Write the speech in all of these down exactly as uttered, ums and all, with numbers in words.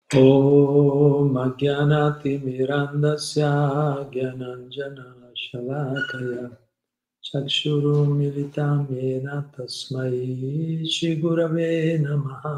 Om Agyanati Mirandasya Gyananjana Shalakaya Chakshurum Militam Yena Tasmai Shri Gurave Namaha.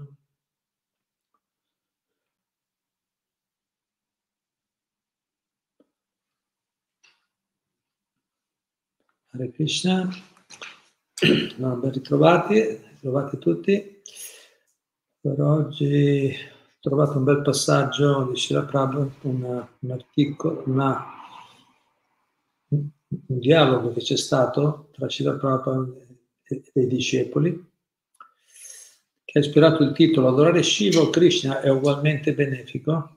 Hare Krishna, no, ben ritrovati, ritrovati tutti. Per oggi ho trovato un bel passaggio di Srila Prabhupada, un, un articolo, una, un, un dialogo che c'è stato tra Srila Prabhupada e dei discepoli, che ha ispirato il titolo Adorare Shiva o Krishna è ugualmente benefico.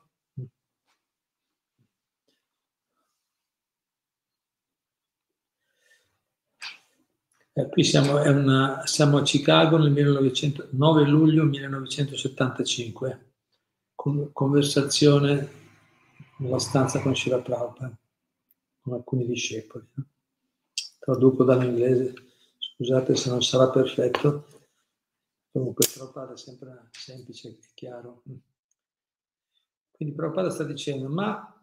Eh, qui siamo, è una, siamo a Chicago nel millenovecento, nove luglio millenovecentosettantacinque, con, conversazione nella stanza con Srila Prabhupada, con alcuni discepoli. No? Traduco dall'inglese, scusate se non sarà perfetto, comunque Prabhupada è sempre semplice e chiaro. Quindi Prabhupada sta dicendo, ma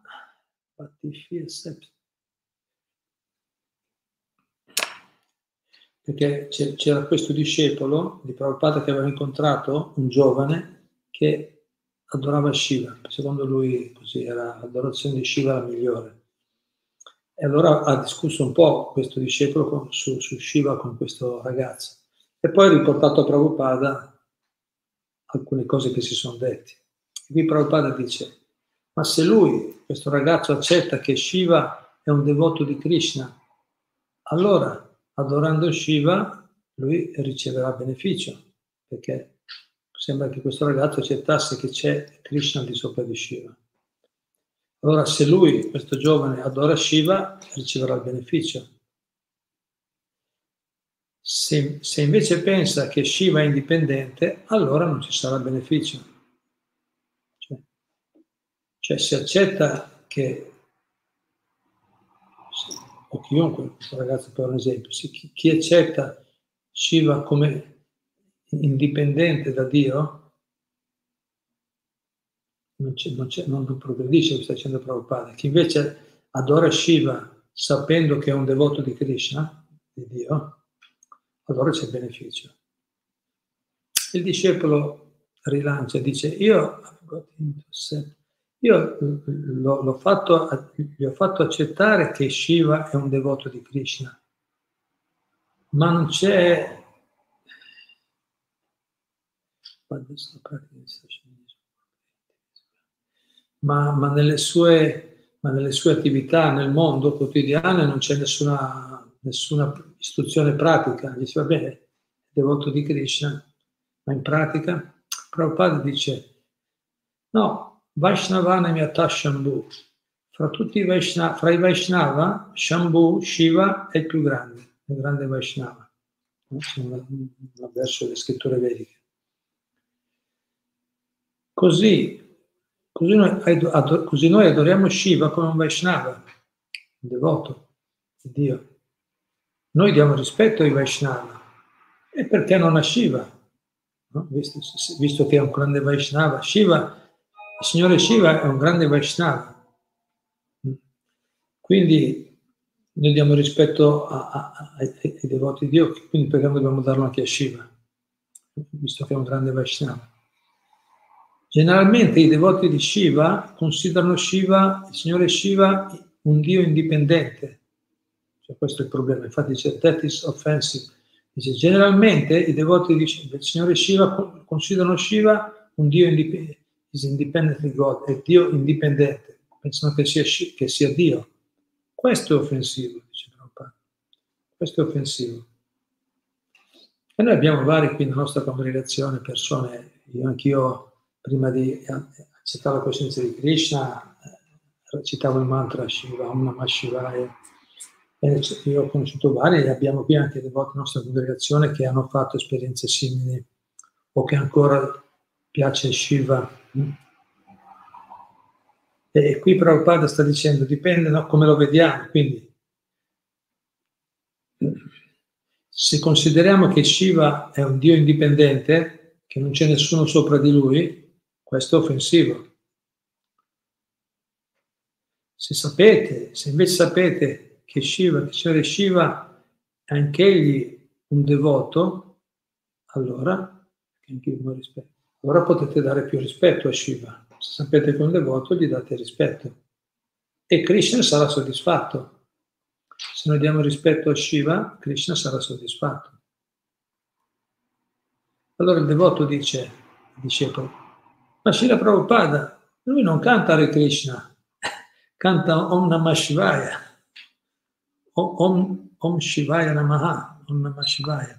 perché c'era questo discepolo di Prabhupada che aveva incontrato un giovane che adorava Shiva, secondo lui così era l'adorazione di Shiva la migliore. E allora ha discusso un po' questo discepolo con, su, su Shiva con questo ragazzo. E poi ha riportato a Prabhupada alcune cose che si sono detti. E qui Prabhupada dice, ma se lui, questo ragazzo, accetta che Shiva è un devoto di Krishna, allora adorando Shiva lui riceverà beneficio, perché sembra che questo ragazzo accettasse che c'è Krishna al di sopra di Shiva. Allora se lui, questo giovane, adora Shiva, riceverà il beneficio. Se, se invece pensa che Shiva è indipendente, allora non ci sarà beneficio. Cioè, cioè se accetta che, o chiunque, questo ragazzo per un esempio, se chi, chi accetta Shiva come indipendente da Dio, non, c'è, non, c'è, non progredisce, lo sta dicendo Prabhupada. Chi invece adora Shiva sapendo che è un devoto di Krishna, di Dio, allora c'è beneficio. Il discepolo rilancia e dice, io, io l'ho, l'ho fatto, gli ho fatto accettare che Shiva è un devoto di Krishna, ma non c'è... Ma, ma, nelle sue, ma nelle sue attività nel mondo quotidiano non c'è nessuna, nessuna istruzione pratica. Dice, va bene, è devoto di Krishna, ma in pratica Prabhupada dice, no, Vaishnavana Myata Shambhu. Fra tutti i Vaishnava, fra i Vaishnava, Shambhu, Shiva è il più grande, il grande Vaishnava. C'è un verso delle scritture vediche. Così Così noi, così noi adoriamo Shiva come un Vaishnava, un devoto di Dio. Noi diamo rispetto ai Vaishnava. E perché non a Shiva? No? Visto, visto che è un grande Vaishnava. Shiva, il Signore Shiva è un grande Vaishnava. Quindi noi diamo rispetto a, a, ai, ai devoti di Dio, quindi perché non dobbiamo darlo anche a Shiva? Visto che è un grande Vaishnava. Generalmente i devoti di Shiva considerano Shiva, il Signore Shiva, un Dio indipendente. Cioè, questo è il problema. Infatti dice, that is offensive. Dice, generalmente i devoti di, del Signore Shiva considerano Shiva un Dio indipendente. Is independently God, è Dio indipendente. Pensano che sia, che sia Dio. Questo è offensivo, dice Prabhupada. Questo è offensivo. E noi abbiamo vari qui nella nostra congregazione, persone, io anch'io prima di accettare la coscienza di Krishna, recitavo il mantra Shiva, Om Namah Shivaya. E io ho conosciuto vari e abbiamo qui anche devoti della nostra congregazione che hanno fatto esperienze simili o che ancora piace Shiva. E qui Prabhupada sta dicendo, dipende da come lo vediamo, quindi se consideriamo che Shiva è un Dio indipendente, che non c'è nessuno sopra di lui, questo è offensivo. Se sapete, se invece sapete che Shiva, che il Signore Shiva è anch'egli un devoto, allora, allora potete dare più rispetto a Shiva. Se sapete che è un devoto, gli date rispetto. E Krishna sarà soddisfatto. Se noi diamo rispetto a Shiva, Krishna sarà soddisfatto. Allora il devoto dice, il discepolo, ma Srila Prabhupada, lui non canta Hare Krishna, canta Om Namah Shivaya, Om, Om Shivaya Namaha, Om Namah Shivaya.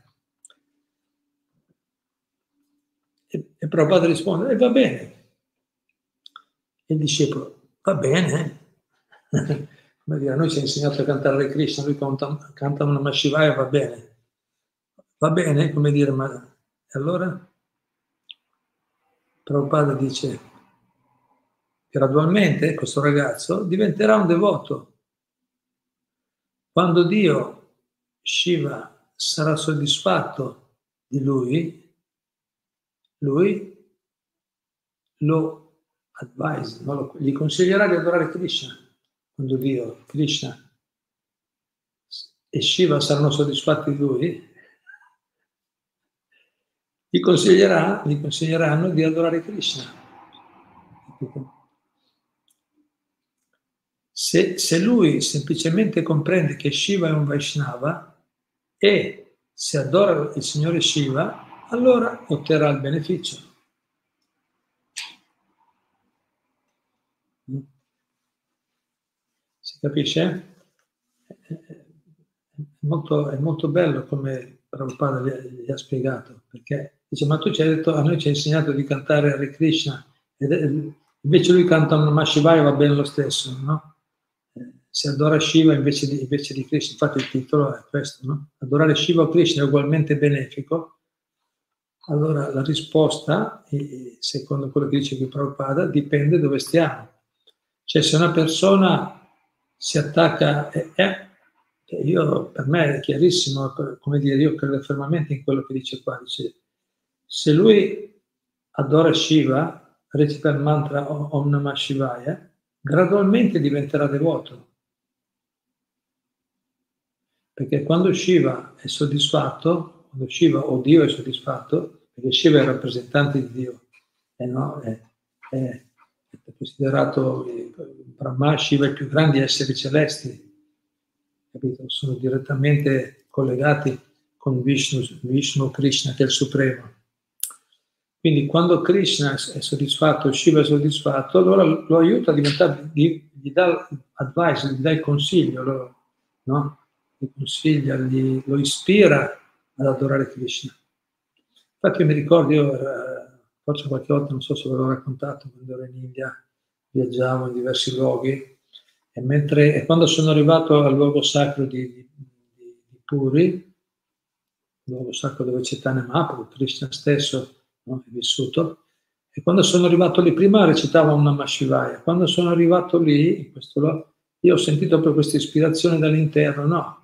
E, e Prabhupada risponde, e va bene. E il discepolo, va bene. Come dire, a noi ci ha insegnato a cantare Hare Krishna, lui canta, canta Om Namah Shivaya, va bene. Va bene, come dire, ma allora Prabhupada dice, gradualmente questo ragazzo diventerà un devoto. Quando Dio, Shiva, sarà soddisfatto di lui, lui lo advise, no? Gli consiglierà di adorare Krishna. Quando Dio, Krishna e Shiva saranno soddisfatti di lui, gli, consiglierà, gli consiglieranno di adorare Krishna. Se, se lui semplicemente comprende che Shiva è un Vaishnava e se adora il Signore Shiva, allora otterrà il beneficio. Si capisce? È molto, è molto bello come Prabhupada gli, gli ha spiegato, perché dice, ma tu ci hai detto, a noi ci hai insegnato di cantare Hare Krishna, ed è, invece lui canta un Namah Shivaya, va bene lo stesso, no? Se adora Shiva invece di, invece di Krishna, infatti il titolo è questo, no? Adorare Shiva o Krishna è ugualmente benefico. Allora la risposta, secondo quello che dice qui Prabhupada, dipende dove stiamo. Cioè se una persona si attacca, eh, eh, io, per me è chiarissimo, come dire, io credo fermamente in quello che dice qua, dice, se lui adora Shiva, recita il mantra Om Namah Shivaya, gradualmente diventerà devoto. Perché quando Shiva è soddisfatto, quando Shiva o Dio è soddisfatto, perché Shiva è il rappresentante di Dio, eh no? è, è, è considerato Brahma, Shiva i più grandi esseri celesti, capito? Sono direttamente collegati con Vishnu, Vishnu Krishna, che è il Supremo. Quindi quando Krishna è soddisfatto, Shiva è soddisfatto, allora lo aiuta a diventare, gli, gli dà advice, gli dà il consiglio, lo, no? Gli consiglia, gli, lo ispira ad adorare Krishna. Infatti io mi ricordo, io forse qualche volta, non so se ve l'ho raccontato, quando ero in India, viaggiavo in diversi luoghi, e, mentre, e quando sono arrivato al luogo sacro di, di, di Puri, il luogo sacro dove Chaitanya Mahaprabhu, Krishna stesso, no, è vissuto, e quando sono arrivato lì, prima recitavo un Namah Shivaya, quando sono arrivato lì, in questo luogo, io ho sentito proprio questa ispirazione dall'interno, no,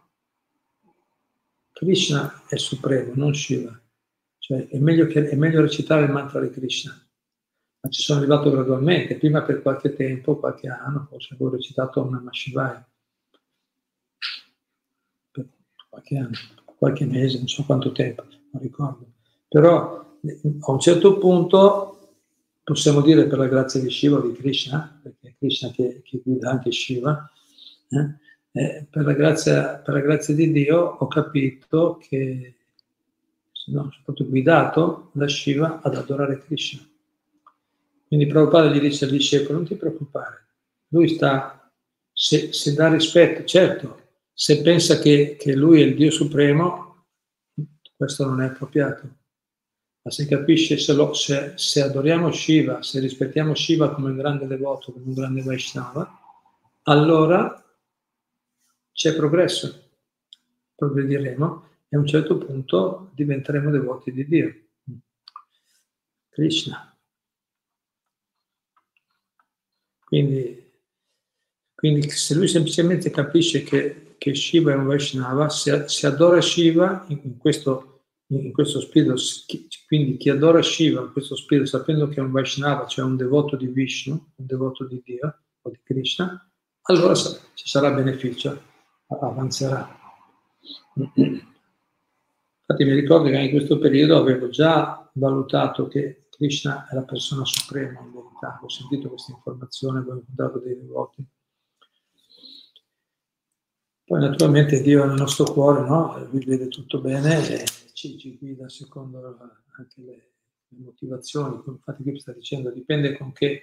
Krishna è supremo, non Shiva, cioè è meglio, che, è meglio recitare il mantra di Krishna, ma ci sono arrivato gradualmente, prima per qualche tempo, qualche anno, forse avevo recitato un Namah Shivaya, per qualche anno, qualche mese, non so quanto tempo, non ricordo, però a un certo punto possiamo dire per la grazia di Shiva o di Krishna, perché è Krishna che, che guida anche Shiva, eh, eh, per, la grazia, per la grazia di Dio ho capito che no, sono stato guidato da Shiva ad adorare Krishna. Quindi Prabhupada gli dice al discepolo, non ti preoccupare, lui sta, se, se dà rispetto, certo, se pensa che, che lui è il Dio Supremo, questo non è appropriato. Ma si capisce, se, lo, se, se adoriamo Shiva, se rispettiamo Shiva come un grande devoto, come un grande Vaishnava, allora c'è progresso, progrediremo e a un certo punto diventeremo devoti di Dio. Krishna. Quindi, quindi se lui semplicemente capisce che, che Shiva è un Vaishnava, se, se adora Shiva, in, in questo in questo spirito, quindi chi adora Shiva in questo spirito, sapendo che è un Vaishnava, cioè un devoto di Vishnu, un devoto di Dio o di Krishna, allora ci sarà beneficio, avanzerà. Infatti mi ricordo che in questo periodo avevo già valutato che Krishna è la persona suprema in verità, ho sentito questa informazione, avevo incontrato dei devoti. Poi naturalmente Dio è nel nostro cuore, no? Lui vede tutto bene e ci, ci guida secondo anche le, le motivazioni. Infatti qui sta dicendo, dipende con che,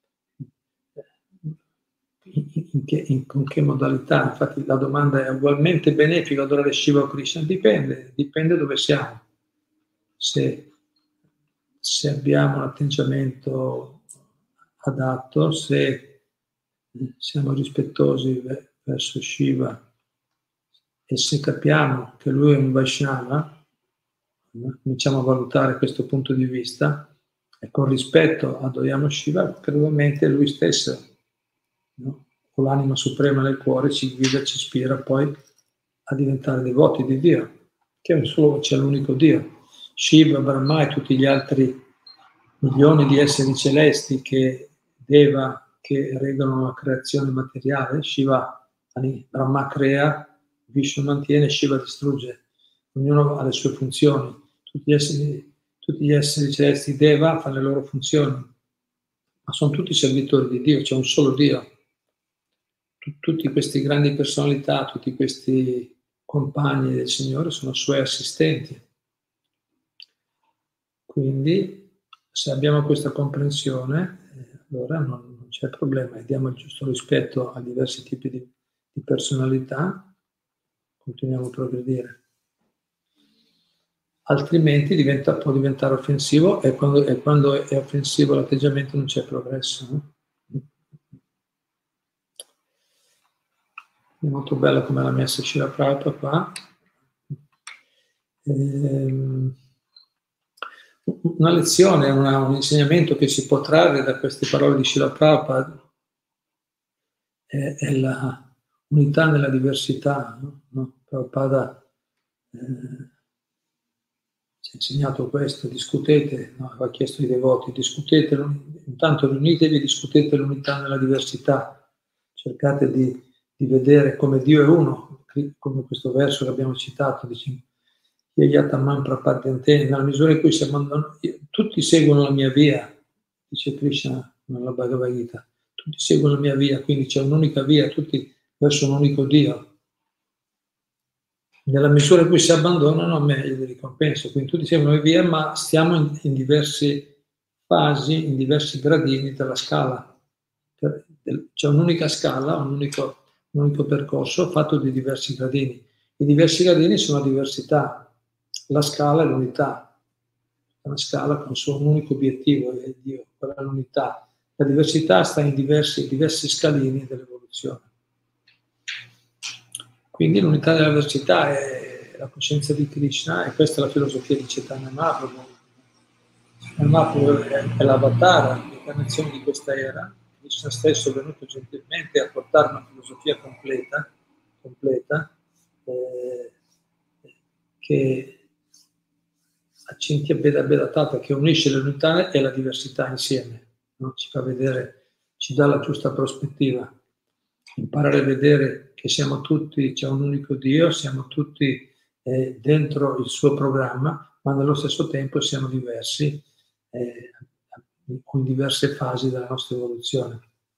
in, in che, in, con che modalità. Infatti la domanda è ugualmente benefica adorare Shiva o Krishna? Dipende, dipende dove siamo. Se, se abbiamo un atteggiamento adatto, se siamo rispettosi verso Shiva, e se capiamo che lui è un Vaishnava, cominciamo a valutare questo punto di vista e con rispetto adoriamo Shiva, probabilmente lui stesso, no? Con l'anima suprema nel cuore ci guida, ci ispira poi a diventare devoti di Dio, che è solo, c'è l'unico Dio. Shiva, Brahma e tutti gli altri milioni di esseri celesti che Deva, che regolano la creazione materiale. Shiva, Brahma crea, Vishnu mantiene, Shiva distrugge, ognuno ha le sue funzioni, tutti gli esseri, tutti gli esseri celesti Deva fanno le loro funzioni, ma sono tutti servitori di Dio, c'è un solo Dio. Tutti questi grandi personalità, tutti questi compagni del Signore sono suoi assistenti. Quindi se abbiamo questa comprensione, eh, allora non, non c'è problema, e diamo il giusto rispetto a diversi tipi di, di personalità, continuiamo a progredire. Altrimenti diventa, può diventare offensivo, e quando, e quando è offensivo l'atteggiamento non c'è progresso. No? È molto bella come l'ha messa Srila Prabhupada qua. Ehm, una lezione, una, un insegnamento che si può trarre da queste parole di Srila Prabhupada è, è la unità nella diversità. No? No? Prabhupada eh, ci ha insegnato questo, discutete, no? Aveva chiesto ai devoti, discutete, intanto riunitevi e discutete l'unità nella diversità, cercate di, di vedere come Dio è uno, come questo verso che abbiamo citato, dice, nella misura in cui si abbandonano, tutti seguono la mia via, dice Krishna nella Bhagavad Gita, tutti seguono la mia via, quindi c'è un'unica via, tutti verso un unico Dio. Nella misura in cui si abbandonano, meglio di ricompensa. Quindi tutti seguono la via, ma stiamo in, in diverse fasi, in diversi gradini della scala. C'è un'unica scala, un unico, un unico percorso fatto di diversi gradini. I diversi gradini sono la diversità, la scala è l'unità. Una scala con solo un unico obiettivo, è Dio, quella è l'unità. La diversità sta in diversi, diversi scalini dell'evoluzione. Quindi l'unità della diversità è la coscienza di Krishna, e questa è la filosofia di Chaitanya Mahaprabhu. Chaitanya Mahaprabhu è, è l'avatar, l'incarnazione di questa era. Krishna stesso è venuto gentilmente a portare una filosofia completa, completa eh, che Acintya Beda Beda Tata, che unisce l'unità e la diversità insieme, no? Ci fa vedere, ci dà la giusta prospettiva. Imparare a vedere che siamo tutti, c'è un unico Dio, siamo tutti eh, dentro il suo programma, ma nello stesso tempo siamo diversi, eh, con diverse fasi della nostra evoluzione.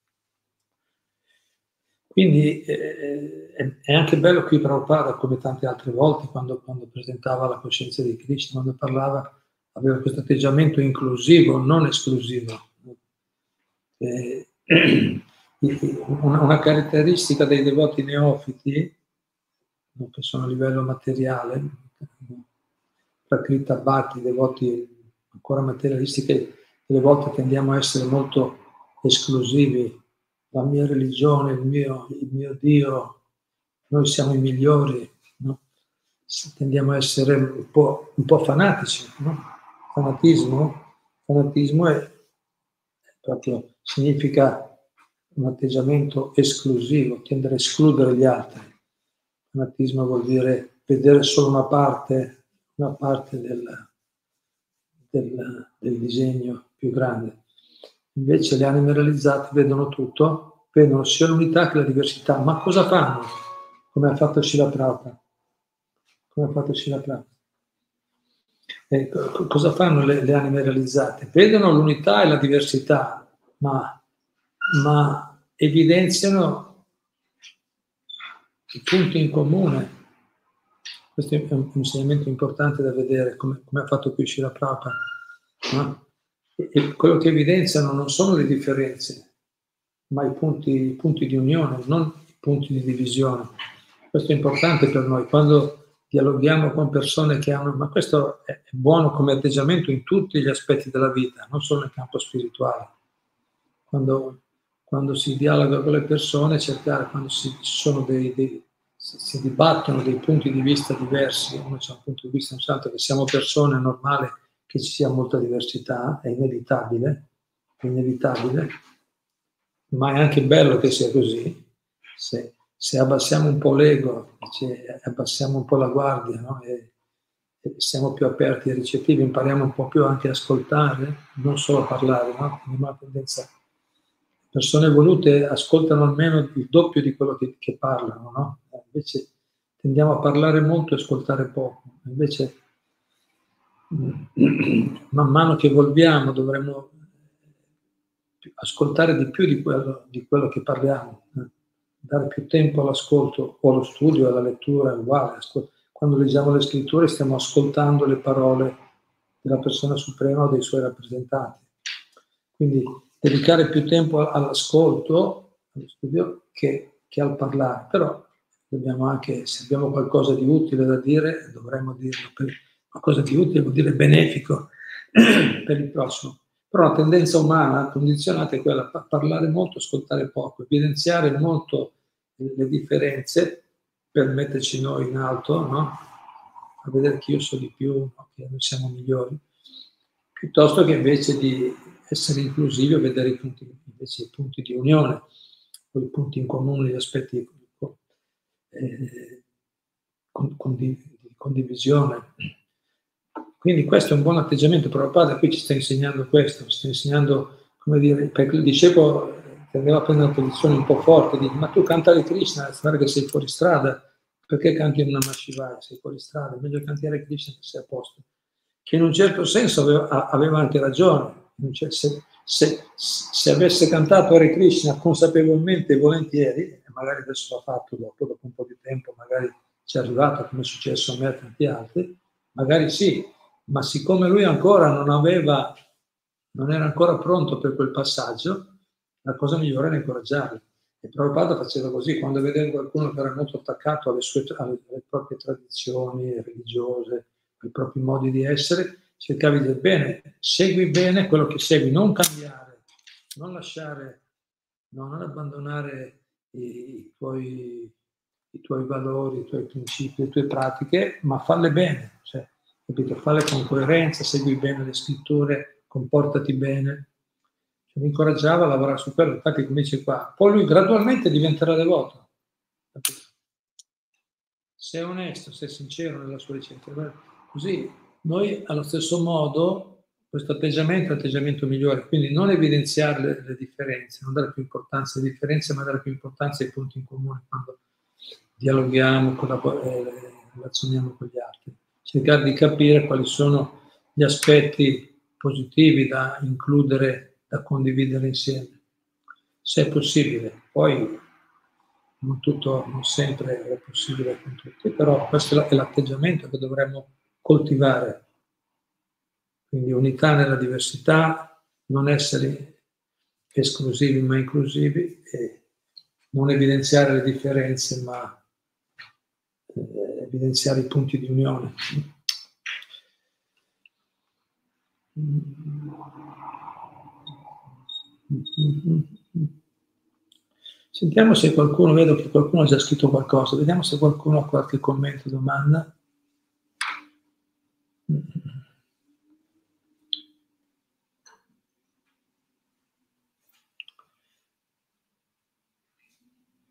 Quindi eh, è anche bello qui Prabhupada, come tante altre volte, quando, quando presentava la coscienza di Krishna, quando parlava, aveva questo atteggiamento inclusivo, non esclusivo. Eh, Una, una caratteristica dei devoti neofiti, che sono a livello materiale, Prakrita Bhakti, devoti ancora materialisti, che delle volte tendiamo a essere molto esclusivi, la mia religione, il mio, il mio Dio, noi siamo i migliori, no? Tendiamo a essere un po', un po' fanatici, no? Fanatismo, fanatismo è, è proprio, significa un atteggiamento esclusivo, tendere a escludere gli altri. Fanatismo vuol dire vedere solo una parte, una parte del, del, del disegno più grande. Invece le anime realizzate vedono tutto, vedono sia l'unità che la diversità. Ma cosa fanno? Come ha fatto Srila Prabhupada? Come ha fatto Srila Prabhupada? Eh, cosa fanno le, le anime realizzate? Vedono l'unità e la diversità, ma, ma evidenziano i punti in comune. Questo è un insegnamento importante da vedere, come, come ha fatto qui Srila Prabhupada. No? E, e quello che evidenziano non sono le differenze, ma i punti, i punti di unione, non i punti di divisione. Questo è importante per noi. Quando dialoghiamo con persone che hanno, ma questo è buono come atteggiamento in tutti gli aspetti della vita, non solo nel campo spirituale. Quando, quando si dialoga con le persone, cercare, quando si, ci sono dei, dei si, si dibattono dei punti di vista diversi, uno c'è un punto di vista, un altro, che siamo persone, è normale che ci sia molta diversità, è inevitabile, è inevitabile, ma è anche bello che sia così. Se, se abbassiamo un po' l'ego, cioè, abbassiamo un po' la guardia, no? e, e siamo più aperti e ricettivi, impariamo un po' più anche a ascoltare, non solo a parlare, no? Abbiamo una tendenza. Persone evolute ascoltano almeno il doppio di quello che, che parlano, no? Invece tendiamo a parlare molto e ascoltare poco. Invece man mano che evolviamo dovremmo ascoltare di più di quello, di quello che parliamo, eh? Dare più tempo all'ascolto o allo studio, alla lettura, è uguale. Quando leggiamo le scritture stiamo ascoltando le parole della persona suprema o dei suoi rappresentanti. Quindi dedicare più tempo all'ascolto, allo studio, che, che al parlare. Però dobbiamo anche, se abbiamo qualcosa di utile da dire, dovremmo dirlo. Per, qualcosa di utile vuol dire benefico per il prossimo. Però la tendenza umana condizionata è quella di parlare molto, ascoltare poco, evidenziare molto le differenze per metterci noi in alto, no? A vedere che io so di più, no? Che noi siamo migliori, piuttosto che invece di essere inclusivi e vedere i punti, invece i punti di unione, o i punti in comune, gli aspetti eh, di condivisione. Quindi questo è un buon atteggiamento. Prabhupada qui ci sta insegnando questo, ci sta insegnando, come dire, perché il discepolo tendeva a prendere una posizione un po' forte, di ma tu cantare Krishna, guarda che sei fuori strada, perché canti in una Shivaya, sei fuori strada, è meglio cantare Krishna che sei a posto. Che in un certo senso aveva, aveva anche ragione, se, se, se avesse cantato Hare Krishna consapevolmente e volentieri, e magari adesso l'ha fatto dopo, dopo un po' di tempo, magari ci è arrivato come è successo a me e a tanti altri, magari sì, ma siccome lui ancora non aveva, non era ancora pronto per quel passaggio, la cosa migliore era incoraggiarlo. E Prabhupada faceva così, quando vedeva qualcuno che era molto attaccato alle, sue, alle, alle proprie tradizioni religiose, ai propri modi di essere, cercavi di dire bene, segui bene quello che segui, non cambiare, non lasciare, no, non abbandonare i, i, tuoi, i tuoi valori, i tuoi principi, le tue pratiche, ma falle bene, cioè, capito? Falle con coerenza, segui bene le scritture, comportati bene. Cioè, mi incoraggiava a lavorare su quello, infatti come dice qua, poi lui gradualmente diventerà devoto, capito? Se è onesto, se è sincero nella sua ricerca, così noi allo stesso modo questo atteggiamento è l'atteggiamento migliore, quindi non evidenziare le, le differenze, non dare più importanza alle differenze, ma dare più importanza ai punti in comune quando dialoghiamo, collaboriamo, eh, relazioniamo con gli altri, cercare di capire quali sono gli aspetti positivi da includere, da condividere insieme, se è possibile. Poi non tutto, non sempre è possibile con tutti, però questo è l'atteggiamento che dovremmo coltivare. Quindi unità nella diversità, non essere esclusivi ma inclusivi e non evidenziare le differenze ma eh, evidenziare i punti di unione. Sentiamo se qualcuno, vedo che qualcuno ha già scritto qualcosa, vediamo se qualcuno ha qualche commento, domanda.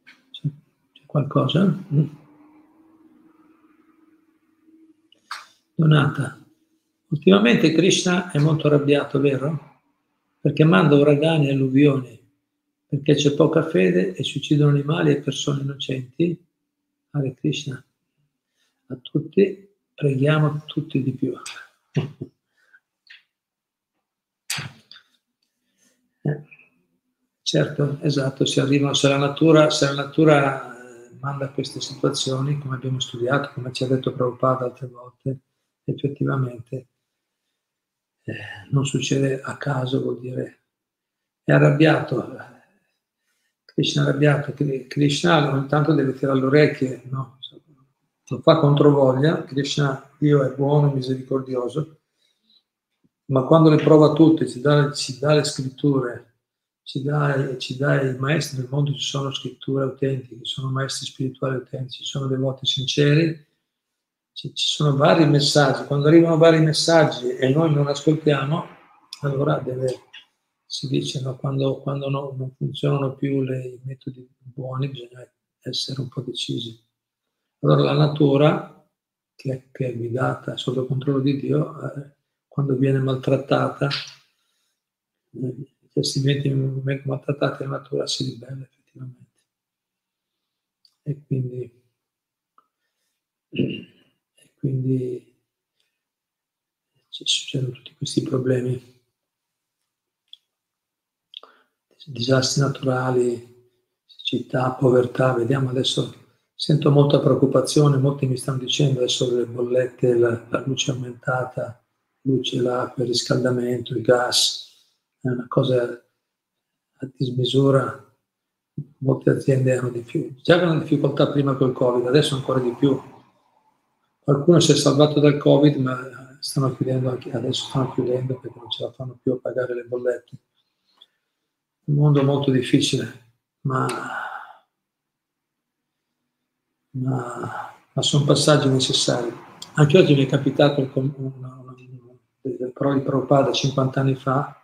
C'è qualcosa? Donata, ultimamente Krishna è molto arrabbiato, vero? Perché manda uragani e alluvioni, perché c'è poca fede e si uccidono animali e persone innocenti. Hare Krishna. A tutti, preghiamo tutti di più. eh, certo, esatto, si arrivano, se la natura, se la natura eh, manda queste situazioni, come abbiamo studiato, come ci ha detto Prabhupada altre volte, effettivamente eh, non succede a caso, vuol dire è arrabbiato. Krishna è arrabbiato, Krishna ogni tanto deve tirare le orecchie, no? Lo fa controvoglia, Krishna, Dio è buono, misericordioso, ma quando le prova tutte, ci dà, ci dà le scritture, ci dà, ci dà i maestri del mondo, ci sono scritture autentiche, ci sono maestri spirituali autentici, ci sono devoti sinceri, ci, ci sono vari messaggi. Quando arrivano vari messaggi e noi non ascoltiamo, allora deve, si dice, no, quando, quando no, non funzionano più le, i metodi buoni, bisogna essere un po' decisi. Allora la natura, che è, che è guidata sotto il controllo di Dio, eh, quando viene maltrattata, eh, gli sentimenti vengono maltrattati, la natura si ribella effettivamente. E quindi, e quindi ci succedono tutti questi problemi. Disastri naturali, siccità, povertà, vediamo adesso, sento molta preoccupazione, molti mi stanno dicendo adesso le bollette, la, la luce aumentata, luce, l'acqua, il riscaldamento, il gas, è una cosa a dismisura, molte aziende hanno di più, già avevano difficoltà prima col Covid, adesso ancora di più. Qualcuno si è salvato dal Covid, ma stanno chiudendo anche, adesso stanno chiudendo perché non ce la fanno più a pagare le bollette. Un mondo molto difficile, ma, ma, ma sono passaggi necessari. Anche oggi mi è capitato il, una, una, una, però di Prabhupada cinquanta anni fa,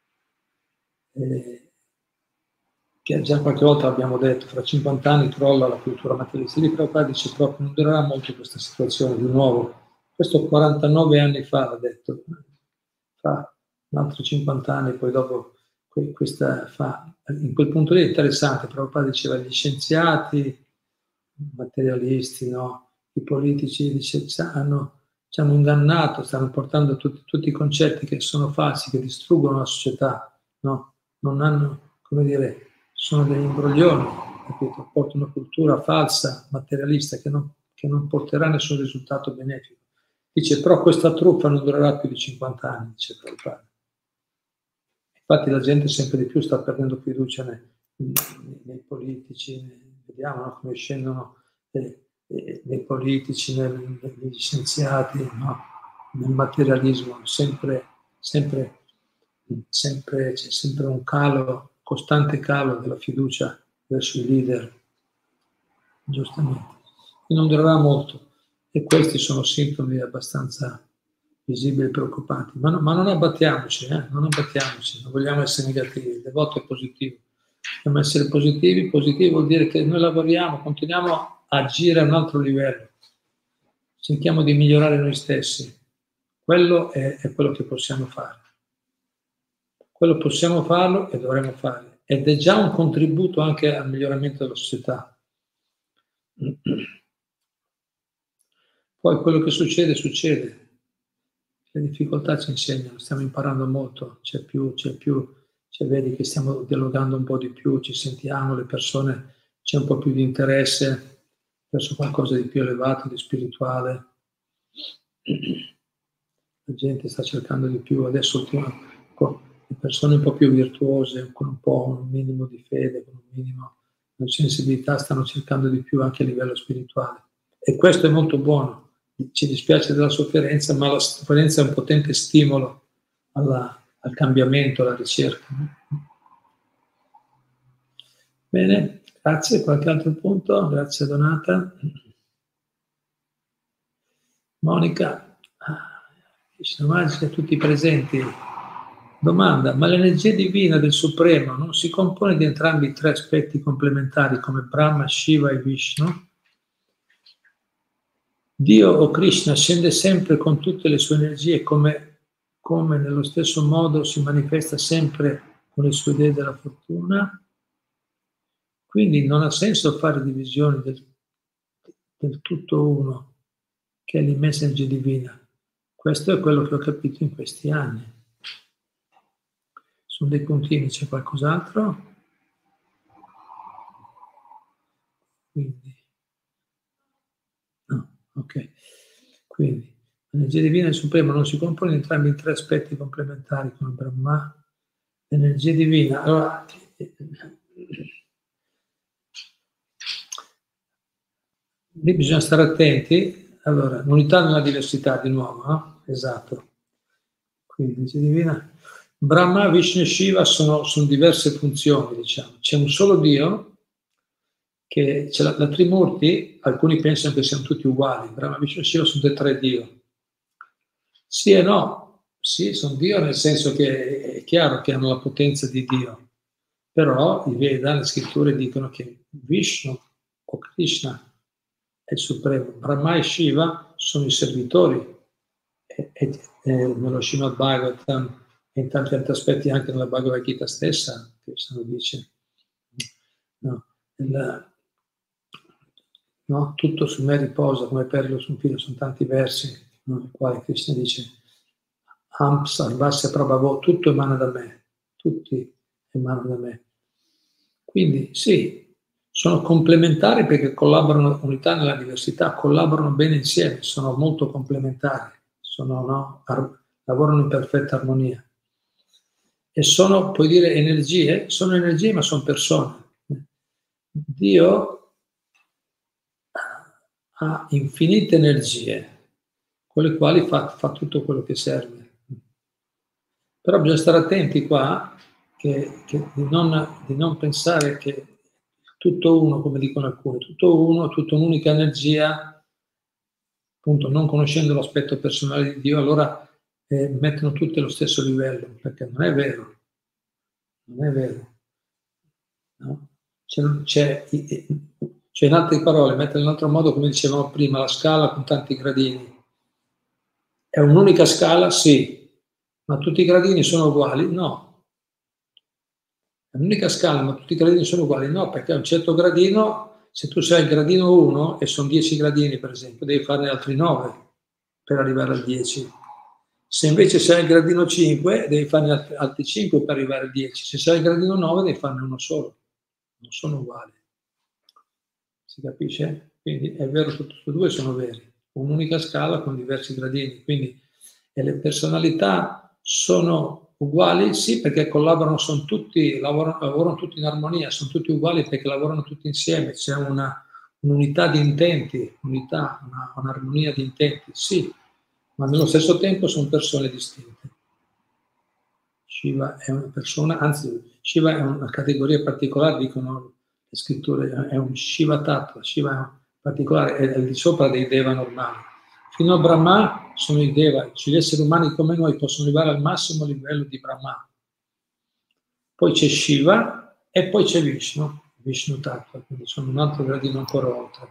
eh, che già qualche volta abbiamo detto, fra cinquanta anni crolla la cultura materialista. Di Prabhupada dice proprio non durerà molto questa situazione di nuovo. Questo quarantanove anni fa l'ha detto, fa un altro cinquanta anni, poi dopo questa fa, in quel punto lì è interessante, Prabhupada diceva gli scienziati, materialisti, no? I politici dice, ci, hanno, ci hanno ingannato, stanno portando tutti, tutti i concetti che sono falsi, che distruggono la società, no? Non hanno, come dire, sono degli imbroglioni, capito? Portano una cultura falsa, materialista, che non, che non porterà nessun risultato benefico. Dice, però questa truffa non durerà più di cinquanta anni, dice Prabhupada. Infatti la gente sempre di più sta perdendo fiducia nei, nei, nei politici, nei, vediamo no, come scendono eh, eh, nei politici, nei, negli scienziati, no? Nel materialismo, sempre, sempre, sempre, c'è sempre un calo, costante calo della fiducia verso i leader, giustamente. E non durerà molto. E questi sono sintomi abbastanza visibili e preoccupanti. Ma, no, ma non abbattiamoci, eh? non abbattiamoci, non vogliamo essere negativi, il devoto è positivo. Dobbiamo essere positivi, positivi vuol dire che noi lavoriamo, continuiamo a agire a un altro livello, cerchiamo di migliorare noi stessi. Quello è, è quello che possiamo fare. Quello possiamo farlo e dovremo fare. Ed è già un contributo anche al miglioramento della società. Poi quello che succede, succede. Le difficoltà ci insegnano, stiamo imparando molto, c'è più, c'è più, cioè vedi che stiamo dialogando un po' di più, ci sentiamo, le persone, c'è un po' più di interesse verso qualcosa di più elevato, di spirituale. La gente sta cercando di più, adesso le persone un po' più virtuose, con un po' un minimo di fede, con un minimo di sensibilità, stanno cercando di più anche a livello spirituale. E questo è molto buono. Ci dispiace della sofferenza, ma la sofferenza è un potente stimolo alla, al cambiamento, alla ricerca. Bene, grazie. Qualche altro punto? Grazie Donata. Monica, Krishna Magica a tutti i presenti. Domanda, ma l'energia divina del Supremo non si compone di entrambi i tre aspetti complementari come Brahma, Shiva e Vishnu? Dio o Krishna scende sempre con tutte le sue energie, come, come nello stesso modo si manifesta sempre con le sue idee della fortuna. Quindi non ha senso fare divisioni del, del tutto uno, che è l'immensa energia divina. Questo è quello che ho capito in questi anni. Sono dei puntini, c'è qualcos'altro? Quindi, no, ok. Quindi, l'energia divina e suprema non si compone entrambi in tre aspetti complementari come Brahma. L'energia divina, allora, lì bisogna stare attenti. Allora, l'unità nella diversità di nuovo, no? Esatto. Quindi l'energia divina. Brahma, Vishnu e Shiva sono, sono diverse funzioni, diciamo. C'è un solo Dio, che c'è la, la Trimurti, alcuni pensano che siano tutti uguali, Brahma, Vishnu e Shiva sono dei tre Dio. Sì e no, sì, sono Dio nel senso che è chiaro che hanno la potenza di Dio, però i Veda, le scritture dicono che Vishnu o Krishna è il supremo, Brahma e Shiva sono i servitori, e, e, e nello Srimad Bhagavatam e in tanti altri aspetti anche nella Bhagavad Gita stessa, Krishna lo dice, no, il, no, tutto su me riposa come perlo su un filo, sono tanti versi no, nei quali Krishna dice Am Sarvasya Prabhavo, tutto emana da me, tutti emanano da me. Quindi sì, sono complementari perché collaborano, unità nella diversità, collaborano bene insieme, sono molto complementari, sono, no, ar- lavorano in perfetta armonia. E sono, puoi dire, energie? Sono energie ma sono persone. Dio ha infinite energie con le quali fa, fa tutto quello che serve. Però bisogna stare attenti qua che, che di, non, di non pensare che tutto uno, come dicono alcuni, tutto uno, tutta un'unica energia, appunto non conoscendo l'aspetto personale di Dio, allora eh, mettono tutti allo stesso livello, perché non è vero, non è vero. No? C'è, c'è, c'è in altre parole, mettere in un altro modo, come dicevamo prima, la scala con tanti gradini. È un'unica scala? Sì. Ma tutti i gradini sono uguali? No. È un'unica scala, ma tutti i gradini sono uguali? No, perché a un certo gradino, se tu sei al gradino uno e sono dieci gradini, per esempio, devi farne altri nove per arrivare al dieci. Se invece sei al gradino cinque, devi farne altri cinque per arrivare al dieci. Se sei al gradino nove, devi farne uno solo. Non sono uguali. Si capisce? Quindi è vero che tutti e due sono veri. Un'unica scala con diversi gradini. Quindi e le personalità sono uguali? Sì, perché collaborano, sono tutti, lavorano, lavorano tutti in armonia, sono tutti uguali perché lavorano tutti insieme, c'è una, un'unità di intenti, unità, una, un'armonia di intenti, sì, ma nello stesso tempo sono persone distinte. Shiva è una persona, anzi, Shiva è una categoria particolare, dicono le scritture, è un Shiva Tattva, Shiva è un particolare, è al di sopra dei Deva normali. Fino a Brahma sono i Deva, cioè gli esseri umani come noi possono arrivare al massimo livello di Brahma. Poi c'è Shiva e poi c'è Vishnu, Vishnu Tattva, quindi sono un altro gradino ancora oltre.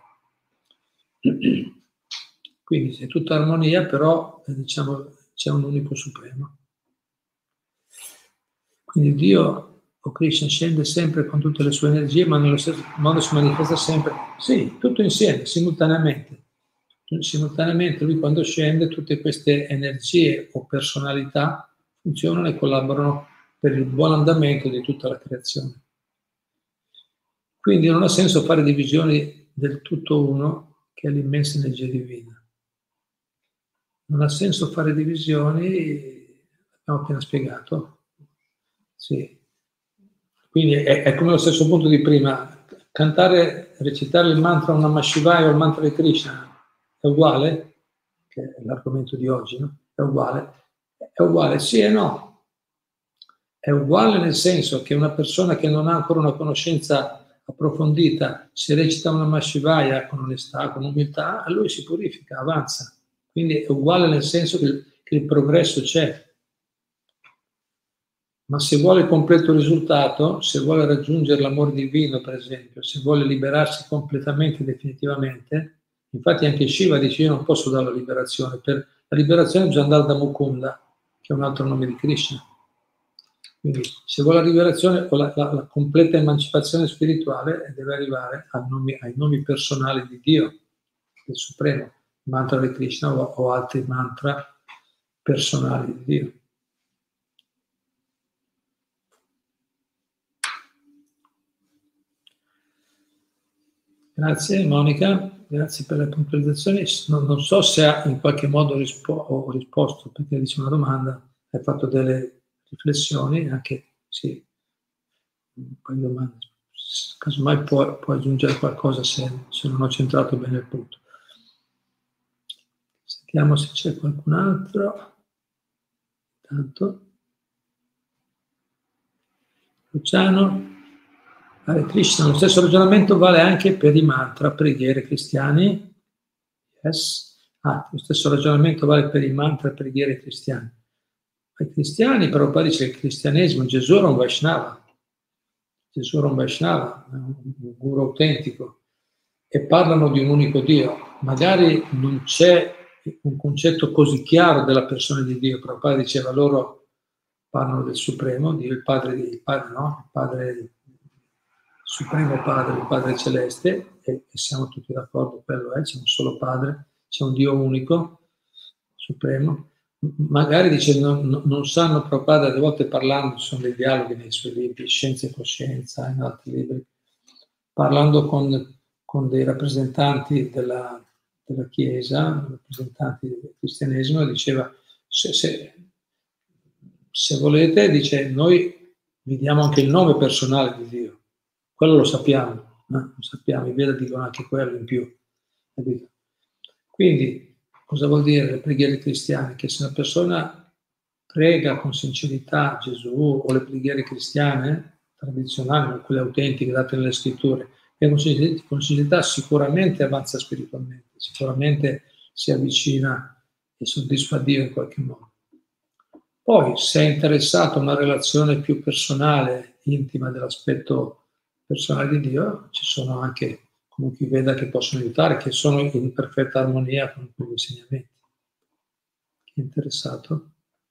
Quindi è tutta armonia, però diciamo c'è un unico supremo. Quindi Dio o Krishna scende sempre con tutte le sue energie, ma nello stesso modo si manifesta sempre, sì, tutto insieme, simultaneamente. Simultaneamente lui quando scende tutte queste energie o personalità funzionano e collaborano per il buon andamento di tutta la creazione. Quindi non ha senso fare divisioni del tutto uno che è l'immensa energia divina. Non ha senso fare divisioni, abbiamo appena spiegato. Sì. Quindi è, è come lo stesso punto di prima. Cantare, recitare il mantra Namah Shivaya o il mantra di Krishna è uguale? Che è l'argomento di oggi, no? È uguale? È uguale, sì e no. È uguale nel senso che una persona che non ha ancora una conoscenza approfondita, se recita una Namah Shivaya con onestà, con umiltà, a lui si purifica, avanza. Quindi è uguale nel senso che il, che il progresso c'è. Ma se vuole il completo risultato, se vuole raggiungere l'amore divino, per esempio, se vuole liberarsi completamente, definitivamente, Infatti anche Shiva dice: io non posso dare la liberazione, per la liberazione bisogna andare da Mukunda, che è un altro nome di Krishna. Quindi se vuole la liberazione o la, la, la completa emancipazione spirituale, deve arrivare ai nomi, ai nomi personali di Dio, del Supremo, il mantra di Krishna o, o altri mantra personali di Dio. Grazie Monica, grazie per le puntualizzazioni. Non, non so se ha in qualche modo rispo- ho risposto, perché dice una domanda, hai fatto delle riflessioni, anche sì, un paio di domande. Casomai può, può aggiungere qualcosa se, se non ho centrato bene il punto. Sentiamo se c'è qualcun altro. Intanto. Luciano. Hare Krishna, lo stesso ragionamento vale anche per i mantra, preghiere cristiani. Yes. Ah, lo stesso ragionamento vale per i mantra, preghiere cristiani. Ai cristiani, Prabhupada dice che il cristianesimo, Gesù era un Vaishnava, Gesù era un Vaishnava, un guru autentico, e parlano di un unico Dio. Magari non c'è un concetto così chiaro della persona di Dio. Prabhupada diceva, loro parlano del Supremo, Dio il Padre, il Padre, no? Il Padre Supremo Padre, il Padre Celeste, e, e siamo tutti d'accordo, quello è, c'è un solo Padre, c'è un Dio unico, Supremo. Magari dice, non, non sanno Prabhupada, alle volte parlando, ci sono dei dialoghi nei suoi libri, Scienza e Coscienza, in altri libri, parlando con, con dei rappresentanti della, della Chiesa, rappresentanti del cristianesimo, diceva, se, se, se volete, dice, noi vi diamo anche il nome personale di Dio. Quello lo sappiamo, no? Lo sappiamo, i Veda dicono anche quello in più. Capito? Quindi, cosa vuol dire le preghiere cristiane? Che se una persona prega con sincerità Gesù o le preghiere cristiane tradizionali, quelle autentiche date nelle scritture, e con sincerità sicuramente avanza spiritualmente, sicuramente si avvicina e soddisfa Dio in qualche modo. Poi, se è interessato a una relazione più personale, intima dell'aspetto personale di Dio, ci sono anche comunque i Veda che possono aiutare, che sono in perfetta armonia con quegli insegnamenti. Chi è interessato?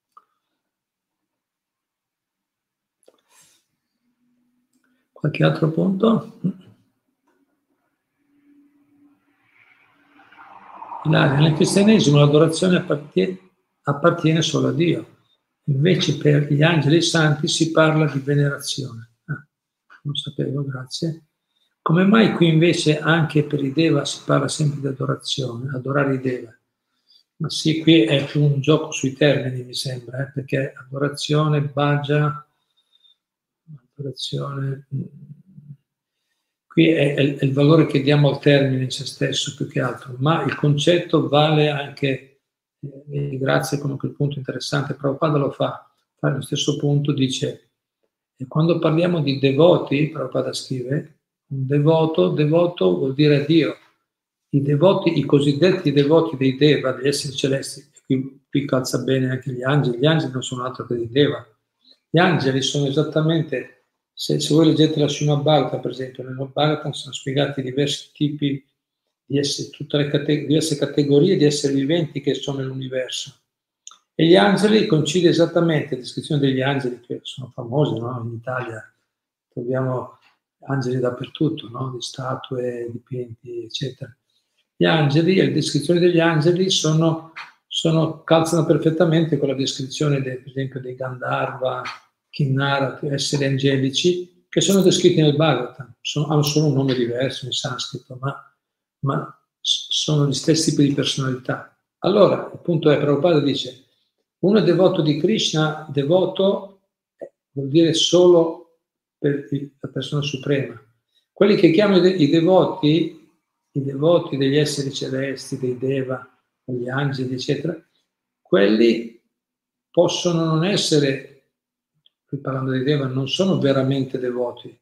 Qualche altro punto? Ilaria, nel cristianesimo l'adorazione appartiene, appartiene solo a Dio, invece per gli angeli e santi si parla di venerazione. Ah, non sapevo, grazie. Come mai qui invece anche per i Deva si parla sempre di adorazione, adorare i Deva? Ma sì, qui è più un gioco sui termini, mi sembra, eh, perché adorazione, bhaja, adorazione, qui è, è, è il valore che diamo al termine in se stesso più che altro, ma il concetto vale anche, eh, grazie comunque il punto interessante, Prabhupada lo fa, fa lo stesso punto, dice, e quando parliamo di devoti, Prabhupada scrive, un devoto, devoto vuol dire Dio. I devoti, i cosiddetti devoti dei Deva, degli esseri celesti, qui, qui calza bene anche gli angeli, gli angeli non sono altro che dei Deva. Gli angeli sono esattamente, se, se voi leggete la Srimad Bhagavatam, per esempio, nel Bhagavatam sono spiegati diversi tipi di esseri, tutte le cate- diverse categorie di esseri viventi che sono nell'universo. E gli angeli coincide esattamente, la descrizione degli angeli che sono famosi, no? In Italia troviamo angeli dappertutto, no? Di statue, dipinti, eccetera. Gli angeli e le descrizioni degli angeli sono, sono, calzano perfettamente con la descrizione, de, per esempio, dei Gandharva, Kinnara, esseri angelici, che sono descritti nel Bhagavatam. Sono, hanno solo un nome diverso in sanscrito, ma, ma sono gli stessi tipi di personalità. Allora, il punto è, Prabhupada dice, uno è devoto di Krishna, devoto vuol dire solo per la persona suprema. Quelli che chiamano i devoti, i devoti degli esseri celesti, dei Deva, degli angeli, eccetera, quelli possono non essere, qui parlando dei Deva, non sono veramente devoti.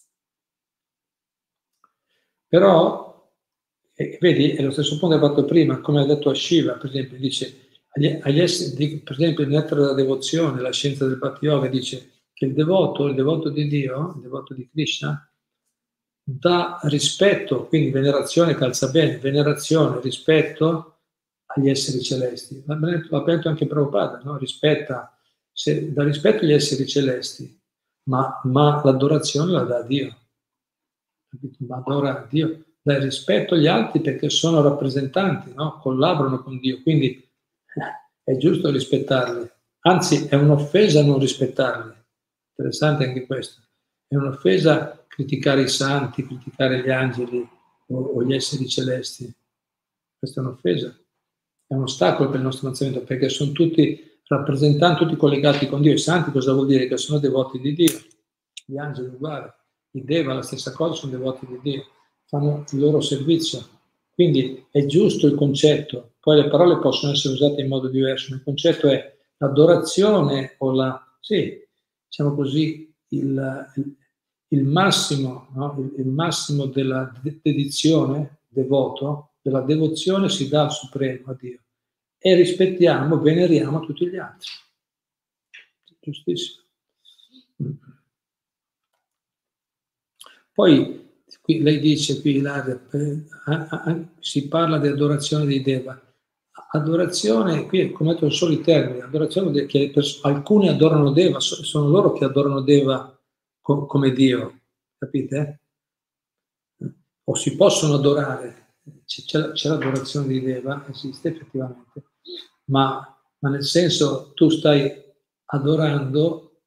Però, eh, vedi, è lo stesso punto che ho fatto prima, come ha detto a Shiva, per esempio, dice, agli, agli esseri, per esempio, il nettare della devozione, la scienza del Bhakti Yoga, dice che il devoto, il devoto di Dio, il devoto di Krishna, dà rispetto, quindi venerazione calza bene, venerazione, rispetto agli esseri celesti. L'ha detto anche Prabhupada, no? Rispetta, se, dà rispetto agli esseri celesti, ma, ma l'adorazione la dà a Dio. Ma adora a Dio, dà rispetto agli altri perché sono rappresentanti, no? Collaborano con Dio, quindi eh, è giusto rispettarli. Anzi, è un'offesa non rispettarli. Interessante anche questo. È un'offesa criticare i santi, criticare gli angeli o, o gli esseri celesti. Questa è un'offesa. È un ostacolo per il nostro avanzamento perché sono tutti rappresentanti, tutti collegati con Dio. I santi cosa vuol dire? Che sono devoti di Dio. Gli angeli uguali. I Deva la stessa cosa, sono devoti di Dio. Fanno il loro servizio. Quindi è giusto il concetto. Poi le parole possono essere usate in modo diverso. Il concetto è l'adorazione o la... Sì, diciamo così, il, il, il massimo, no? il, il massimo della dedizione, devoto, della devozione si dà al Supremo, a Dio. E rispettiamo, veneriamo tutti gli altri. Giustissimo. Poi qui, lei dice qui, Ilaria, eh, eh, si parla di adorazione dei Deva. Adorazione, qui come detto solo i termini, adorazione che alcuni adorano Deva, sono loro che adorano Deva co come Dio, capite? O si possono adorare, c'è l'adorazione di Deva, esiste effettivamente, ma, ma nel senso tu stai adorando,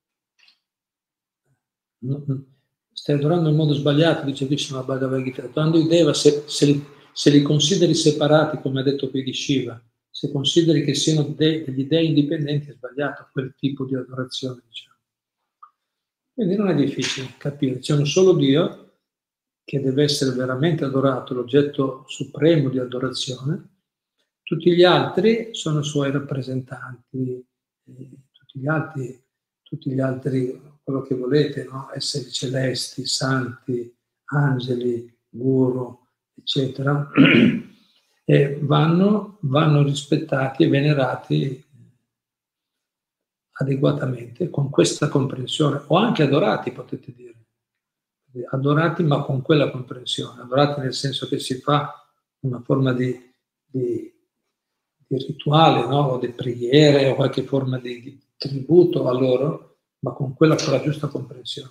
stai adorando in modo sbagliato, dice Krishna Bhagavad Gita, adorando i Deva, se, se, li, se li consideri separati, come ha detto qui di Shiva, se consideri che siano de, degli dei indipendenti, è sbagliato quel tipo di adorazione, diciamo. Quindi non è difficile capire, c'è un solo Dio che deve essere veramente adorato, l'oggetto supremo di adorazione. Tutti gli altri sono suoi rappresentanti, tutti gli altri, tutti gli altri quello che volete, no? Esseri celesti, santi, angeli, guru, eccetera, e vanno, vanno rispettati e venerati adeguatamente, con questa comprensione, o anche adorati, potete dire. Adorati ma con quella comprensione, adorati nel senso che si fa una forma di, di, di rituale, no? O di preghiere o qualche forma di, di tributo a loro, ma con quella con la giusta comprensione.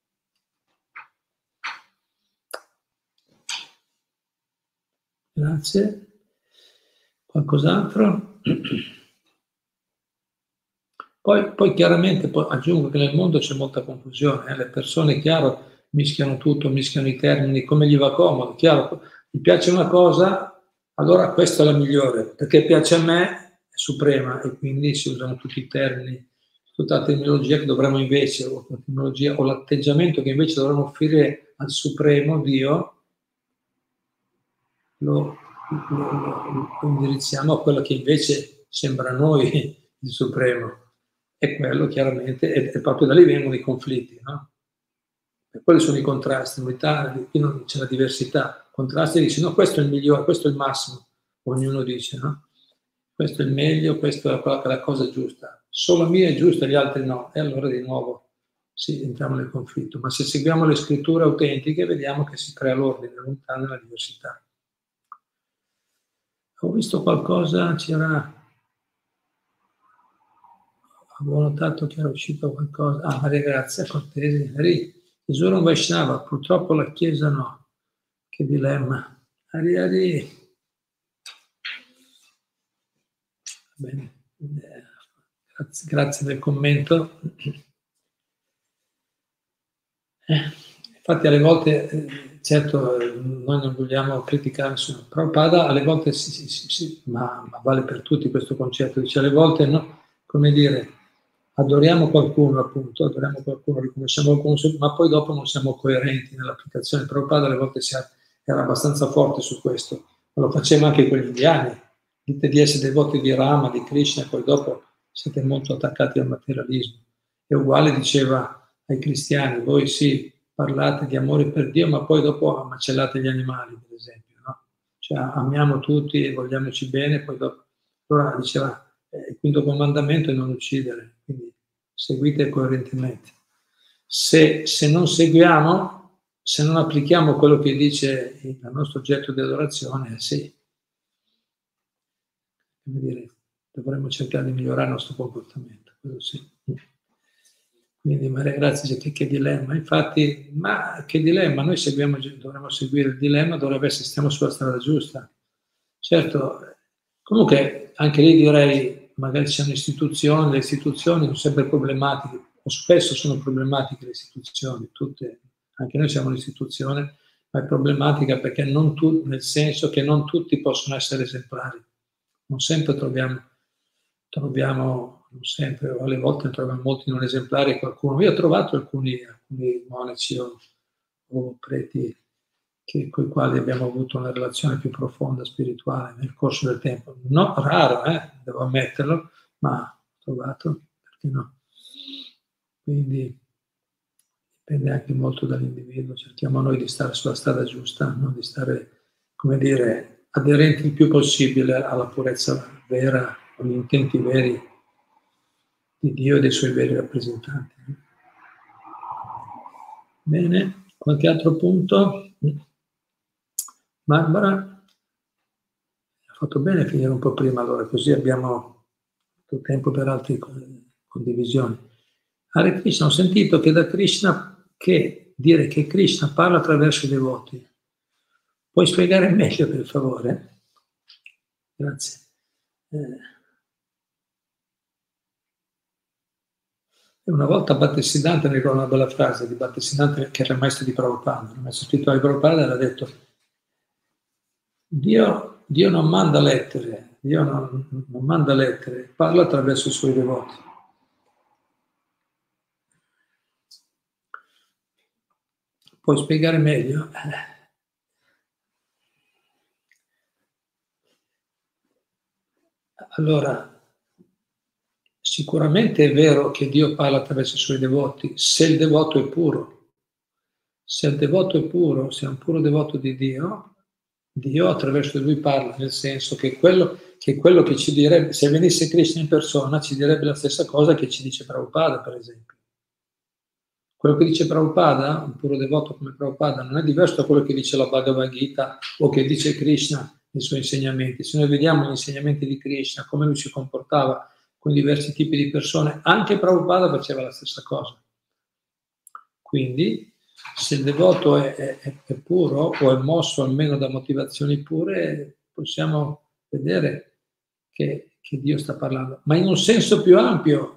Grazie. Qualcos'altro? Poi, poi chiaramente poi aggiungo che nel mondo c'è molta confusione, eh? Le persone, chiaro, mischiano tutto, mischiano i termini come gli va comodo, chiaro, gli piace una cosa, allora questa è la migliore, perché piace a me, è suprema, e quindi si usano tutti i termini, tutta la terminologia che dovremmo invece, o, la terminologia, o l'atteggiamento che invece dovremmo offrire al Supremo Dio, lo, lo, lo, lo indirizziamo a quello che invece sembra a noi il Supremo. E quello chiaramente, è, è proprio da lì vengono i conflitti, no? E quelli sono i contrasti, in verità qui non c'è la diversità. Contrasti dice no, questo è il migliore, questo è il massimo, ognuno dice, no? Questo è il meglio, questa è la, la cosa giusta. Solo la mia è giusta, gli altri no. E allora di nuovo sì, entriamo nel conflitto. Ma se seguiamo le scritture autentiche vediamo che si crea l'ordine, lontano nella diversità. Ho visto qualcosa, c'era... Avevo notato che era uscito qualcosa. Ah, Maria Grazia Cortesi. Hari, Gesù non Vaishnava, purtroppo la Chiesa no. Che dilemma. Hari, Hari. Bene. Grazie, grazie del commento. Eh, infatti alle volte, eh, certo, noi non vogliamo criticare nessuno. Prabhupada alle volte sì, sì, sì, sì ma, ma vale per tutti questo concetto. Dice alle volte, no, come dire, adoriamo qualcuno, appunto, adoriamo qualcuno, riconosciamo qualcuno, ma poi dopo non siamo coerenti nell'applicazione. Prabhupada alle volte era abbastanza forte su questo, ma lo faceva anche con gli indiani. Dite di essere devoti di Rama, di Krishna, e poi dopo siete molto attaccati al materialismo. E uguale diceva ai cristiani, voi sì, parlate di amore per Dio, ma poi dopo macellate gli animali, per esempio, no? Cioè amiamo tutti e vogliamoci bene, poi dopo... Allora diceva, il quinto comandamento è non uccidere, quindi seguite coerentemente. Se, se non seguiamo, se non applichiamo quello che dice il nostro oggetto di adorazione, sì, come dire, dovremmo cercare di migliorare il nostro comportamento, quello sì. Quindi Maria Grazia dice che, che dilemma, infatti, ma che dilemma, noi seguiamo, dovremmo seguire il dilemma, dovrebbe essere stiamo sulla strada giusta. Certo, comunque anche lì direi, magari ci sono istituzioni, le istituzioni sono sempre problematiche, o spesso sono problematiche le istituzioni, tutte, anche noi siamo un'istituzione, ma è problematica perché non tu, nel senso che non tutti possono essere esemplari, non sempre troviamo, troviamo non sempre, o alle volte troviamo molti non esemplari, qualcuno. Io ho trovato alcuni, alcuni monaci o, o preti che, con i quali abbiamo avuto una relazione più profonda, spirituale, nel corso del tempo. No, raro, eh, devo ammetterlo, ma ho trovato, perché no? Quindi dipende anche molto dall'individuo, cerchiamo noi di stare sulla strada giusta, no? Di stare, come dire, aderenti il più possibile alla purezza vera, agli intenti veri di Dio e dei suoi veri rappresentanti. Bene, qualche altro punto? Barbara? Ha fatto bene finire un po' prima, allora, così abbiamo tutto tempo per altre condivisioni. Hare Krishna, ho sentito che da Krishna, che dire che Krishna parla attraverso i devoti. Puoi spiegare meglio, per favore? Grazie. Eh. Una volta Bhattisiddhanta, mi ricordo una bella frase di Bhattisiddhanta, che era il maestro di Prabhupada, il maestro spirituale di Prabhupada, aveva detto Dio, Dio non manda lettere, Dio non, non manda lettere, parla attraverso i suoi devoti. Puoi spiegare meglio? Allora, sicuramente è vero che Dio parla attraverso i suoi devoti, se il devoto è puro. Se il devoto è puro, se è un puro devoto di Dio, Dio attraverso di lui parla, nel senso che quello, che quello che ci direbbe, se venisse Krishna in persona, ci direbbe la stessa cosa che ci dice Prabhupada, per esempio. Quello che dice Prabhupada, un puro devoto come Prabhupada, non è diverso da quello che dice la Bhagavad Gita o che dice Krishna nei suoi insegnamenti. Se noi vediamo gli insegnamenti di Krishna, come lui si comportava con diversi tipi di persone, anche Prabhupada faceva la stessa cosa. Quindi, se il devoto è, è, è puro o è mosso almeno da motivazioni pure, possiamo vedere che, che Dio sta parlando, ma in un senso più ampio.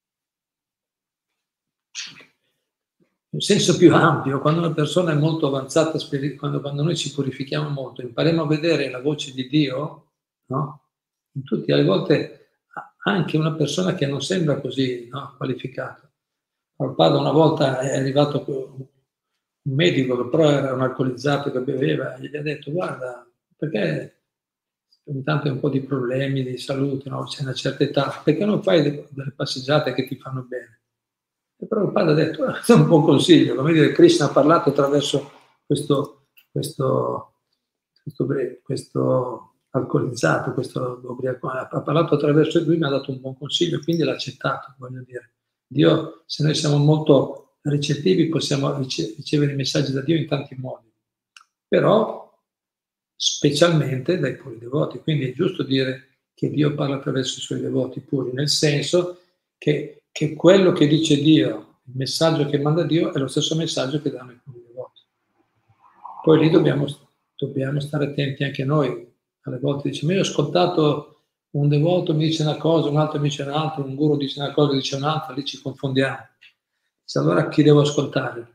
In senso più ampio, quando una persona è molto avanzata, quando, quando noi ci purifichiamo molto, impariamo a vedere la voce di Dio, no? In tutti, alle volte anche una persona che non sembra così, no, qualificata. Prabhupada una volta è arrivato un medico che però era un alcolizzato che beveva e gli ha detto guarda, perché ogni tanto hai un po' di problemi di salute, no? C'è una certa età, perché non fai delle passeggiate che ti fanno bene? E Prabhupada ha detto, ah, è un buon consiglio, come dire, Krishna ha parlato attraverso questo, questo, questo, questo alcolizzato, questo ubriaco, ha parlato attraverso lui, mi ha dato un buon consiglio, quindi l'ha accettato, voglio dire. Dio, se noi siamo molto ricettivi, possiamo ricevere i messaggi da Dio in tanti modi, però specialmente dai puri devoti, quindi è giusto dire che Dio parla attraverso i suoi devoti puri, nel senso che che quello che dice Dio, il messaggio che manda Dio, è lo stesso messaggio che danno i puri devoti. Poi lì dobbiamo, dobbiamo stare attenti anche noi. Alle volte dice, ma io ho ascoltato un devoto mi dice una cosa, un altro mi dice un'altra, un guru dice una cosa, dice un'altra, lì ci confondiamo. Dice, allora chi devo ascoltare?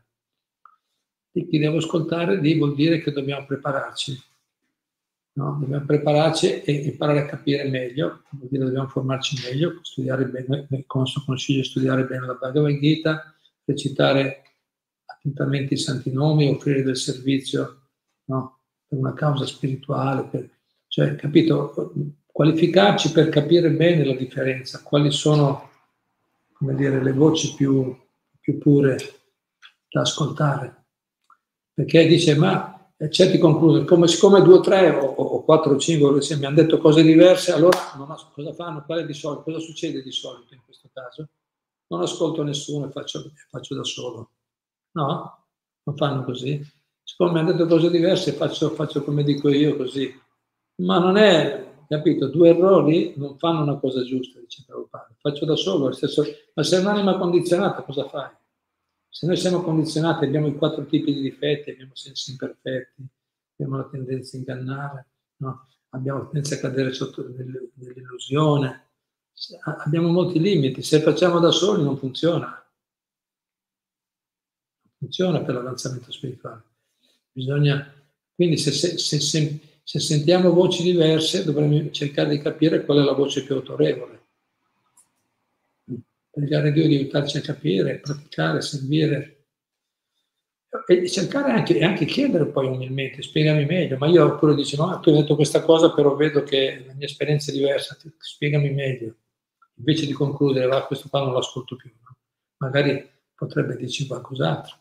E chi devo ascoltare lì vuol dire che dobbiamo prepararci. No? Dobbiamo prepararci e imparare a capire meglio, vuol dire dobbiamo formarci meglio, studiare bene, con il suo consiglio studiare bene la Bhagavad Gita, recitare attentamente i santi nomi, offrire del servizio, no? Per una causa spirituale, per, cioè, capito, qualificarci per capire bene la differenza, quali sono, come dire, le voci più, più pure da ascoltare. Perché dice, ma certi concludono, come siccome due o tre o, o quattro o cinque mi hanno detto cose diverse, allora non as- cosa fanno? Qual è di solito? Cosa succede di solito in questo caso? Non ascolto nessuno e faccio, faccio da solo. No? non fanno così. Siccome mi hanno detto cose diverse, faccio, faccio come dico io, così. Ma non è, capito, due errori non fanno una cosa giusta, dice Prabhupada. Faccio da solo, nel senso, ma se è un'anima condizionata, cosa fai? Se noi siamo condizionati, abbiamo i quattro tipi di difetti, abbiamo sensi imperfetti, abbiamo la tendenza a ingannare, no? Abbiamo la tendenza a cadere sotto nell'illusione, abbiamo molti limiti. Se facciamo da soli non funziona. Non funziona per l'avanzamento spirituale. Bisogna, quindi se, se, se, se, se sentiamo voci diverse dovremmo cercare di capire qual è la voce più autorevole. Pregare Dio di aiutarci a capire, praticare, servire e cercare anche, e anche chiedere poi umilmente, spiegami meglio, ma io oppure dice no, tu hai detto questa cosa però vedo che la mia esperienza è diversa, spiegami meglio, invece di concludere va, questo qua non lo ascolto più, no? Magari potrebbe dirci qualcos'altro.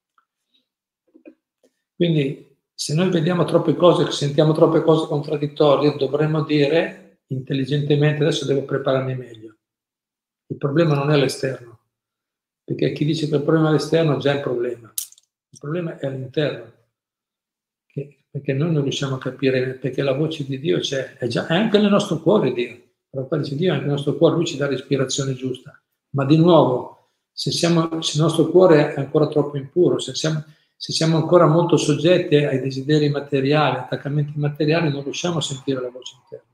Quindi se noi vediamo troppe cose, sentiamo troppe cose contraddittorie, dovremmo dire intelligentemente adesso devo prepararmi meglio. Il problema non è l'esterno, perché chi dice che il problema è l'esterno già è un problema. Il problema è all'interno, che, perché noi non riusciamo a capire, perché la voce di Dio c'è, è, già, è anche nel nostro cuore Dio. Però dice Dio è anche nel nostro cuore, Lui ci dà l'ispirazione giusta. Ma di nuovo, se, siamo, se il nostro cuore è ancora troppo impuro, se siamo, se siamo ancora molto soggetti ai desideri materiali, attaccamenti materiali, non riusciamo a sentire la voce interna.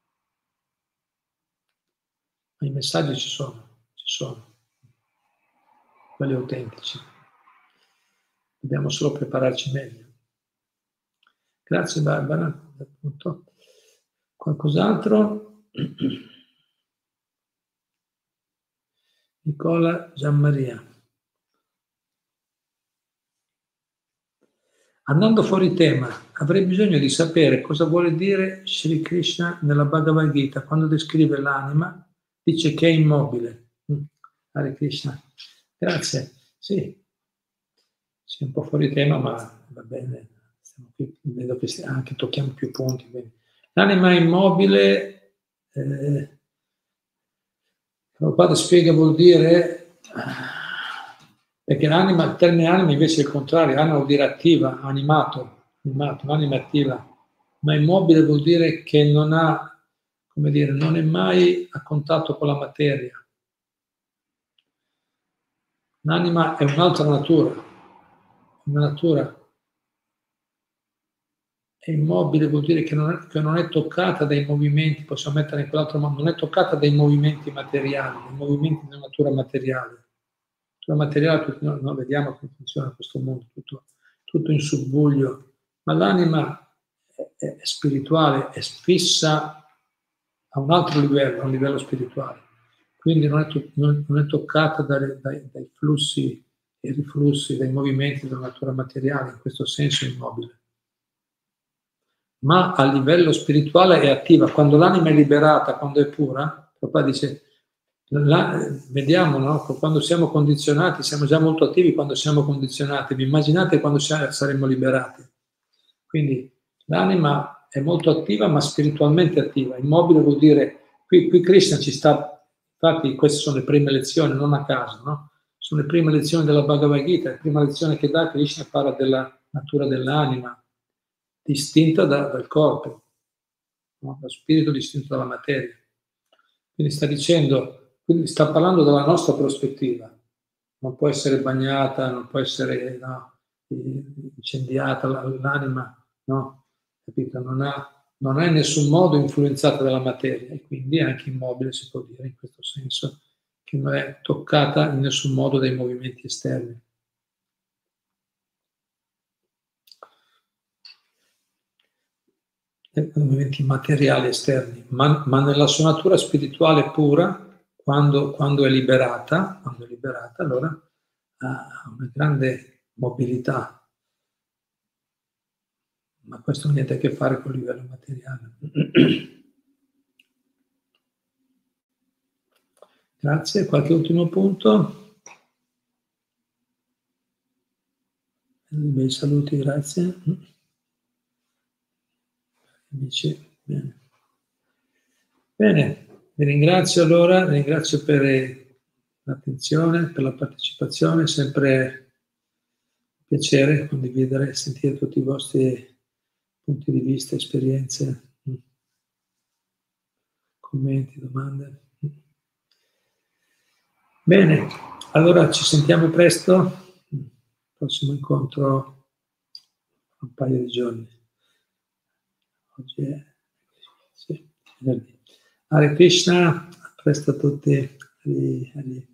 Ma i messaggi ci sono, ci sono, quelli autentici. Dobbiamo solo prepararci meglio. Grazie Barbara. Appunto. Qualcos'altro? Nicola Gianmaria. Andando fuori tema, avrei bisogno di sapere cosa vuole dire Sri Krishna nella Bhagavad Gita quando descrive l'anima, dice che è immobile. Hare Krishna. Grazie. Sì, sì, un po' fuori tema, ma va bene. Qui, vedo che anche tocchiamo più punti. Quindi. L'anima immobile, eh, Prabhupada spiega, vuol dire, perché l'anima, il termine anima invece è il contrario, anima vuol dire attiva, animato, animato, un'anima attiva, ma immobile vuol dire che non ha, come dire, non è mai a contatto con la materia. L'anima è un'altra natura, una natura. È immobile vuol dire che non, è, che non è toccata dai movimenti, possiamo mettere in quell'altro modo, non è toccata dai movimenti materiali, dai movimenti della natura materiale. La natura materiale, noi, noi vediamo come funziona questo mondo, tutto, tutto in subbuglio, ma l'anima è, è, è spirituale, è fissa a un altro livello, a un livello spirituale. Quindi non è, non, non è toccata dai, dai, dai flussi e riflussi, dai movimenti della natura materiale, in questo senso è immobile. Ma a livello spirituale è attiva. Quando l'anima è liberata, quando è pura, papà dice, la, vediamo, no? Quando siamo condizionati, siamo già molto attivi quando siamo condizionati. Vi immaginate quando saremo liberati? Quindi l'anima è molto attiva, ma spiritualmente attiva. Immobile vuol dire, qui, qui Krishna ci sta, infatti queste sono le prime lezioni, non a caso, no? Sono le prime lezioni della Bhagavad Gita, la prima lezione che dà Krishna parla della natura dell'anima, distinta da, dal corpo, no? Lo spirito distinto dalla materia. Quindi sta dicendo, quindi sta parlando dalla nostra prospettiva, non può essere bagnata, non può essere no, incendiata l'anima, no? Capito? Non, ha, non è in nessun modo influenzata dalla materia e quindi è anche immobile, si può dire in questo senso, che non è toccata in nessun modo dai movimenti esterni. Movimenti materiali esterni, ma, ma nella sua natura spirituale pura, quando, quando è liberata, quando è liberata, allora ha una grande mobilità. Ma questo non ha niente a che fare con il livello materiale. Grazie. Qualche ultimo punto? Bei saluti, grazie. Amici, bene. Bene, vi ringrazio allora, vi ringrazio per l'attenzione, per la partecipazione, sempre piacere condividere e sentire tutti i vostri punti di vista, esperienze, commenti, domande. Bene, allora ci sentiamo presto, prossimo incontro tra un paio di giorni. Oggi è sì, venerdì. Hare Krishna, a presto a tutti. Hari, hari.